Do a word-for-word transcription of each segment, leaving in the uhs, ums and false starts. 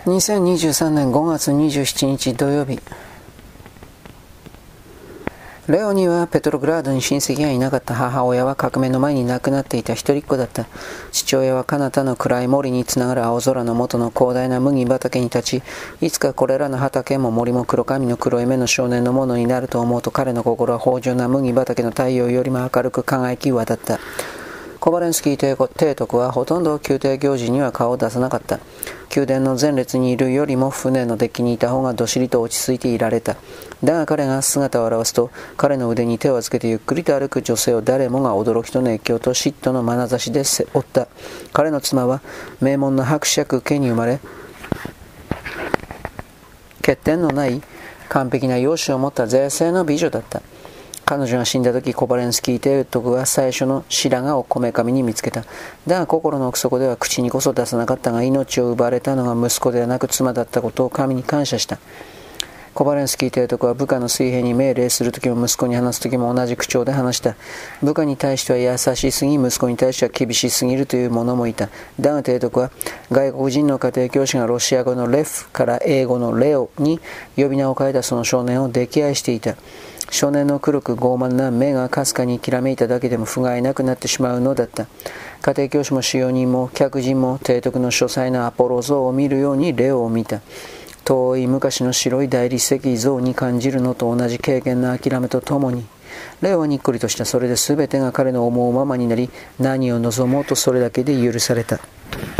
にせんにじゅうさんねんごがつにじゅうしちにち土曜日。レオにはペトログラードに親戚がいなかった。母親は革命の前に亡くなっていた一人っ子だった。父親は彼方の暗い森につながる青空の下の広大な麦畑に立ち、いつかこれらの畑も森も黒髪の黒い目の少年のものになると思うと、彼の心は芳醇な麦畑の太陽よりも明るく輝き渡った。コバレンスキー提督はほとんど宮廷行事には顔を出さなかった。宮殿の前列にいるよりも船のデッキにいた方がどっしりと落ち着いていられた。だが彼が姿を現すと、彼の腕に手を預けてゆっくりと歩く女性を誰もが驚きと熱狂と嫉妬の眼差しで追った。彼の妻は名門の伯爵家に生まれ、欠点のない完璧な容姿を持った税制の美女だった。彼女が死んだ時、コバレンスキー提督は最初の白髪をこめかみに見つけた。だが心の奥底では口にこそ出さなかったが、命を奪われたのが息子ではなく妻だったことを神に感謝した。コバレンスキー提督は部下の水兵に命令するときも息子に話すときも同じ口調で話した。部下に対しては優しすぎ、息子に対しては厳しすぎるという者もいた。だが提督は外国人の家庭教師がロシア語のレフから英語のレオに呼び名を変えたその少年を溺愛していた。少年の黒く傲慢な目がかすかにきらめいただけでも不甲斐なくなってしまうのだった。家庭教師も使用人も客人も提督の書斎のアポロ像を見るようにレオを見た。遠い昔の白い大理石像に感じるのと同じ経験の諦めとともに、レオはにっこりとした。それで全てが彼の思うままになり、何を望もうとそれだけで許された。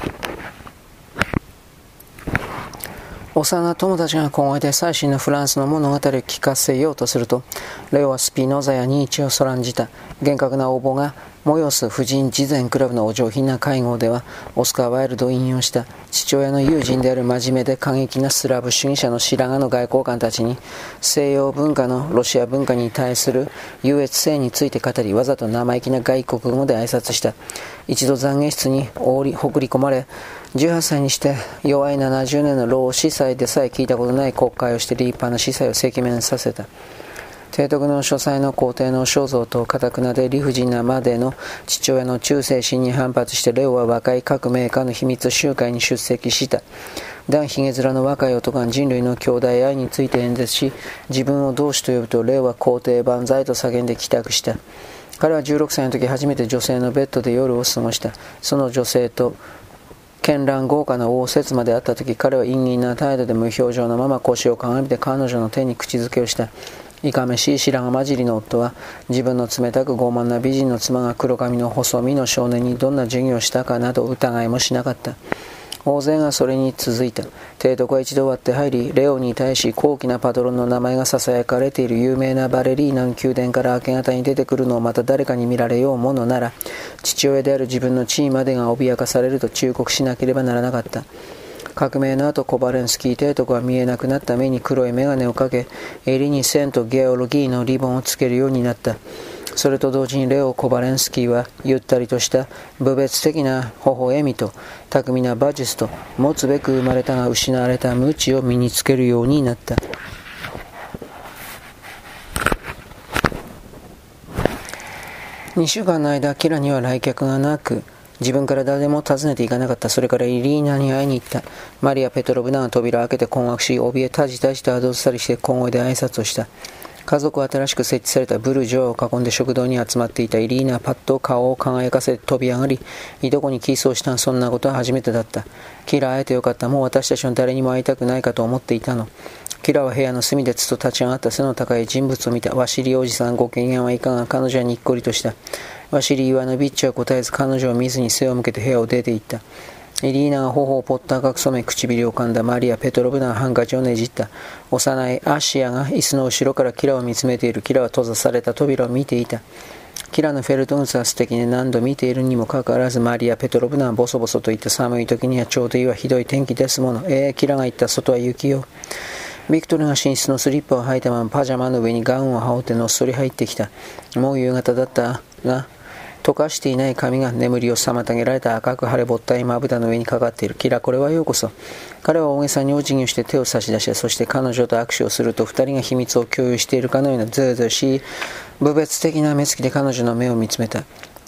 幼な友達が小声で最新のフランスの物語を聞かせようとすると、レオはスピノザやニーチェをそらんじた。厳格な応募が催す婦人慈善クラブのお上品な会合では、オスカー・ワイルドを引用した。父親の友人である真面目で過激なスラブ主義者の白髪の外交官たちに、西洋文化のロシア文化に対する優越性について語り、わざと生意気な外国語で挨拶した。一度懺悔室に放り込まれ、じゅうはっさいにして弱いななじゅうねんの老司祭でさえ聞いたことない国会をして立派な司祭を赤面させた。提督の書斎の皇帝の肖像と堅くなで理不尽なまでの父親の忠誠心に反発してレオは若い革命家の秘密集会に出席した。だがヒゲ面の若い男が人類の兄弟愛について演説し、自分を同志と呼ぶとレオは皇帝万歳と叫んで帰宅した。彼はじゅうろくさいの時初めて女性のベッドで夜を過ごした。その女性と絢爛豪華な応接まで会った時、彼は陰翳な態度で無表情のまま腰をかがめて彼女の手に口づけをした。いかめしい白髪混じりの夫は自分の冷たく傲慢な美人の妻が黒髪の細身の少年にどんな授業をしたかなど疑いもしなかった。大勢がそれに続いた。提督は一度割って入り、レオに対し高貴なパトロンの名前がささやかれている有名なバレリーナの宮殿から明け方に出てくるのをまた誰かに見られようものなら、父親である自分の地位までが脅かされると忠告しなければならなかった。革命の後、コバレンスキー提督は見えなくなった目に黒い眼鏡をかけ、襟に線とゲオロギーのリボンをつけるようになった。それと同時にレオ・コバレンスキーはゆったりとした侮蔑的な微笑みと巧みな馬術と持つべく生まれたが失われた無知を身につけるようになった。にしゅうかんの間、キラには来客がなく、自分から誰も訪ねていかなかった。それからイリーナに会いに行った。マリア・ペトロブナが扉を開けて困惑し、怯えたじたじと後ずさりして小声で挨拶をした。家族は新しく設置されたブルジョーを囲んで食堂に集まっていた。イリーナはパッと顔を輝かせて飛び上がり、いとこにキスをした。そんなことは初めてだった。キラ会えてよかった。もう私たちの誰にも会いたくないかと思っていたの。キラは部屋の隅でつと立ち上がった背の高い人物を見た。ワシリーおじさん、ご機嫌はいかが。彼女はにっこりとした。ワシリー・イワノビッチは答えず、彼女を見ずに背を向けて部屋を出て行った。イリーナが頬をぽった赤く染め唇を噛んだ。マリア・ペトロブナはハンカチをねじった。幼いアシアが椅子の後ろからキラを見つめている。キラは閉ざされた扉を見ていた。キラのフェルトンスは素敵で何度見ているにもかかわらず、マリア・ペトロブナはボソボソと言った。寒い時にはちょうどいいわ。ひどい天気ですもの。ええー、キラが言った。外は雪よ。ビクトルが寝室のスリッパを履いたままパジャマの上にガウンを羽織ってのっそり入ってきた。もう夕方だったが、溶かしていない髪が眠りを妨げられた赤く腫れぼったいまぶたの上にかかっている。キラ、これはようこそ。彼は大げさにお辞儀をして手を差し出し、そして彼女と握手をすると、二人が秘密を共有しているかのようなずうずうしい、侮蔑的な目つきで彼女の目を見つめた。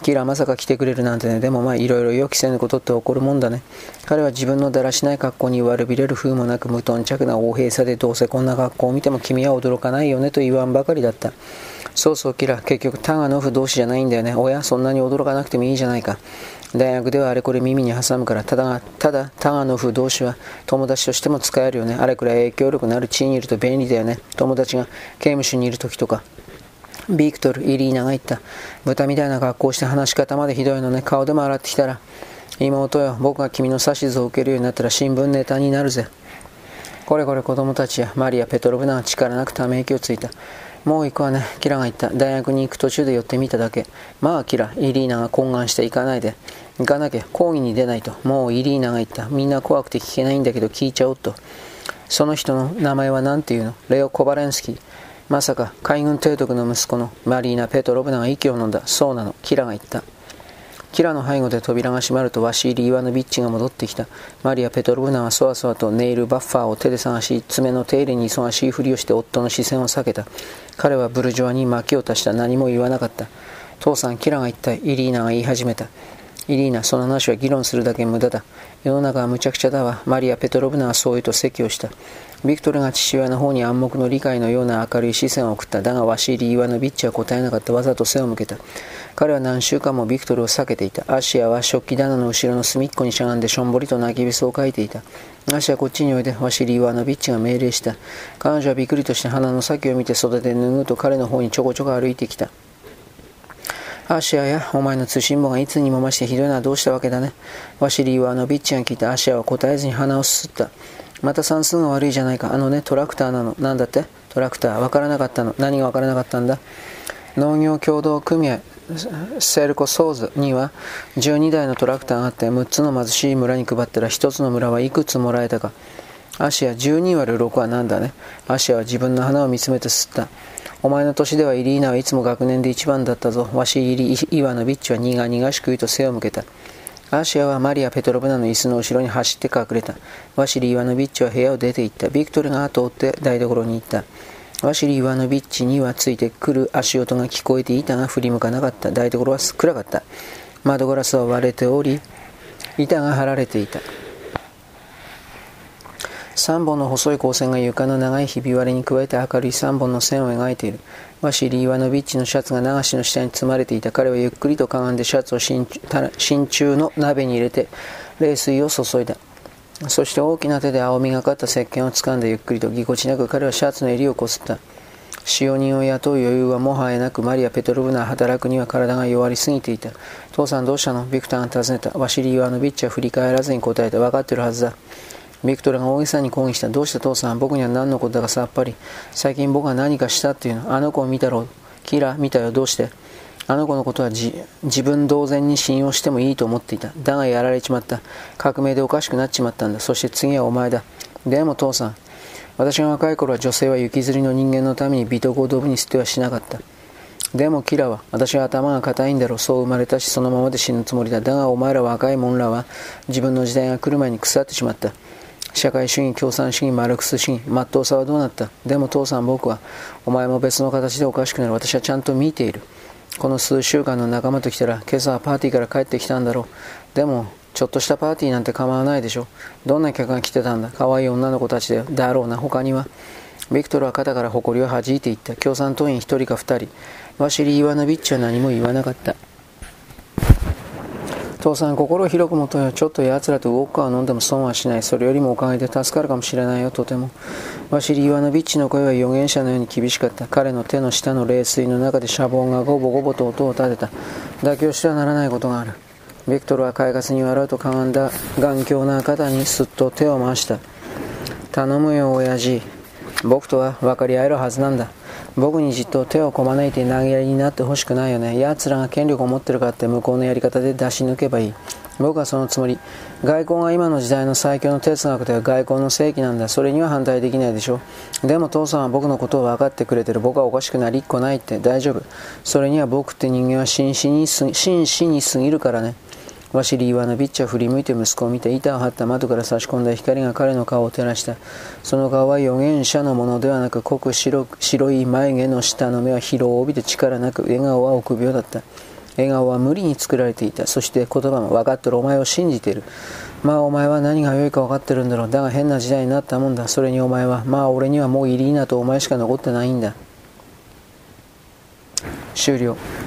キラまさか来てくれるなんてね。でもまあいろいろ予期せぬことって起こるもんだね。彼は自分のだらしない格好に悪びれる風もなく無頓着な横平さで、どうせこんな格好を見ても君は驚かないよねと言わんばかりだった。そうそうキラ、結局タガノフ同士じゃないんだよね。おや、そんなに驚かなくてもいいじゃないか。大学ではあれこれ耳に挟むから、ただただタガノフ同士は友達としても使えるよね。あれくらい影響力のある地位にいると便利だよね。友達が刑務所にいる時とか。ビクトル、イリーナが言った。豚みたいな格好をして話し方までひどいのね。顔でも洗ってきたら。妹よ、僕が君の指図を受けるようになったら新聞ネタになるぜ。これこれ子供たちやマリア・ペトロブナが力なくため息をついた。もう行くわね、キラが言った。大学に行く途中で寄ってみただけ。まあキラ、イリーナが懇願して行かないで。行かなきゃ講義に出ないと。もうイリーナが言った。みんな怖くて聞けないんだけど聞いちゃおうと。その人の名前は何て言うの？レオ・コバレンスキー。まさか海軍提督の息子のマリーナ・ペトロブナが息を飲んだ。そうなの、キラが言った。キラの背後で扉が閉まるとワシーリ・イワノビッチが戻ってきた。マリア・ペトロブナはそわそわとネイルバッファーを手で探し、爪の手入れに忙しいふりをして夫の視線を避けた。彼はブルジョアに薪を足した。何も言わなかった。父さん、キラが言った。イリーナが言い始めた。イリーナ、その話は議論するだけ無駄だ。世の中は無茶苦茶だわ。マリア・ペトロブナはそう言うと説教した。ビクトルが父親の方に暗黙の理解のような明るい視線を送った。だがワシーリ・イワノビッチは答えなかった。わざと背を向けた。彼は何週間もビクトルを避けていた。アシアは食器棚の後ろの隅っこにしゃがんでしょんぼりと泣きべそをかいていた。アシアこっちにおいで、ワシリ・イワノビッチが命令した。彼女はびっくりとして鼻の先を見て袖で拭うと彼の方にちょこちょこ歩いてきた。アシアや、お前の通信簿がいつにも増してひどいのはどうしたわけだね。ワシリ・イワノビッチが聞いた。アシアは答えずに鼻をすすった。また算数が悪いじゃないか。あのね、トラクターなの。なんだって？トラクター。わからなかったの。何がわからなかったんだ？農業協同組合セルコソーズにはじゅうにだいのトラクターがあって、むっつの貧しい村に配ったらひとつの村はいくつもらえたか。アシア、じゅうにわるろくは何だね。アシアは自分の鼻を見つめて吸った。お前の年ではイリーナはいつも学年で一番だったぞ。ワシイリ・イワノビッチは苦々しく言うと背を向けた。アシアはマリア・ペトロブナの椅子の後ろに走って隠れた。ワシリ・イワノビッチは部屋を出て行った。ビクトルが後を追って台所に行った。ワシリ・イワノビッチにはついてくる足音が聞こえていたが振り向かなかった。台所は暗かった。窓ガラスは割れており、板が張られていた。三本の細い光線が床の長いひび割れに加えて明るい三本の線を描いている。ワシリー・イワノビッチのシャツが流しの下に積まれていた。彼はゆっくりとかがんでシャツを真鍮の鍋に入れて冷水を注いだ。そして大きな手で青みがかった石鹸を掴んでゆっくりとぎこちなく彼はシャツの襟をこすった。使用人を雇う余裕はもはやなく、マリア・ペトロブナは働くには体が弱りすぎていた。父さんどうしたの？ビクターが尋ねた。ワシリー・イワノビッチは振り返らずに答えた。分かってるはずだ。ビクトルが大げさに抗議した。どうした父さん？僕には何のことだかさっぱり。最近僕が何かしたっていうの。あの子を見たろう。キラ見たよ。どうして？あの子のことはじ自分同然に信用してもいいと思っていた。だがやられちまった。革命でおかしくなっちまったんだ。そして次はお前だ。でも父さん、私が若い頃は女性は行きずりの人間のために美徳をドブに捨てはしなかった。でもキラは、私は頭が固いんだろう。そう生まれたし、そのままで死ぬつもりだ。だがお前ら若い者らは自分の時代が来る前に腐ってしまった。社会主義、共産主義、マルクス主義、真っ当さはどうなった？でも父さん、僕は、お前も別の形でおかしくなる。私はちゃんと見ている。この数週間の仲間と来たら、今朝はパーティーから帰ってきたんだろう。でも、ちょっとしたパーティーなんて構わないでしょ。どんな客が来てたんだ？可愛い女の子たちだよ。だろうな。他には。ビクトルは肩から誇りを弾いていった。共産党員一人か二人。ワシリー・イワノビッチは何も言わなかった。父さん、心を広く持とうよ。ちょっと奴らとウォッカーを飲んでも損はしない。それよりもおかげで助かるかもしれないよ、とても。ワシリー・イワノビッチの声は預言者のように厳しかった。彼の手の下の冷水の中でシャボンがゴボゴボと音を立てた。妥協してはならないことがある。ビクトルは快活に笑うとかがんだ頑強な肩にすっと手を回した。頼むよ、親父。僕とは分かり合えるはずなんだ。僕にじっと手をこまねいて投げやりになってほしくないよね。奴らが権力を持ってるかって向こうのやり方で出し抜けばいい。僕はそのつもり。外交が今の時代の最強の哲学では外交の正規なんだ。それには反対できないでしょ。でも父さんは僕のことを分かってくれてる。僕はおかしくなりっこないって。大丈夫。それには僕って人間は真摯にす真摯に過ぎるからね。ワシリー・イワノビッチは振り向いて息子を見て、板を張った窓から差し込んだ光が彼の顔を照らした。その顔は預言者のものではなく、濃く 白, 白い眉毛の下の目は疲労を帯びて力なく、笑顔は臆病だった。 笑顔は無理に作られていた。そして言葉も分かってる、お前を信じている。まあお前は何が良いか分かってるんだろう。だが変な時代になったもんだ。それにお前は、まあ俺にはもうイリーナとお前しか残ってないんだ。終了。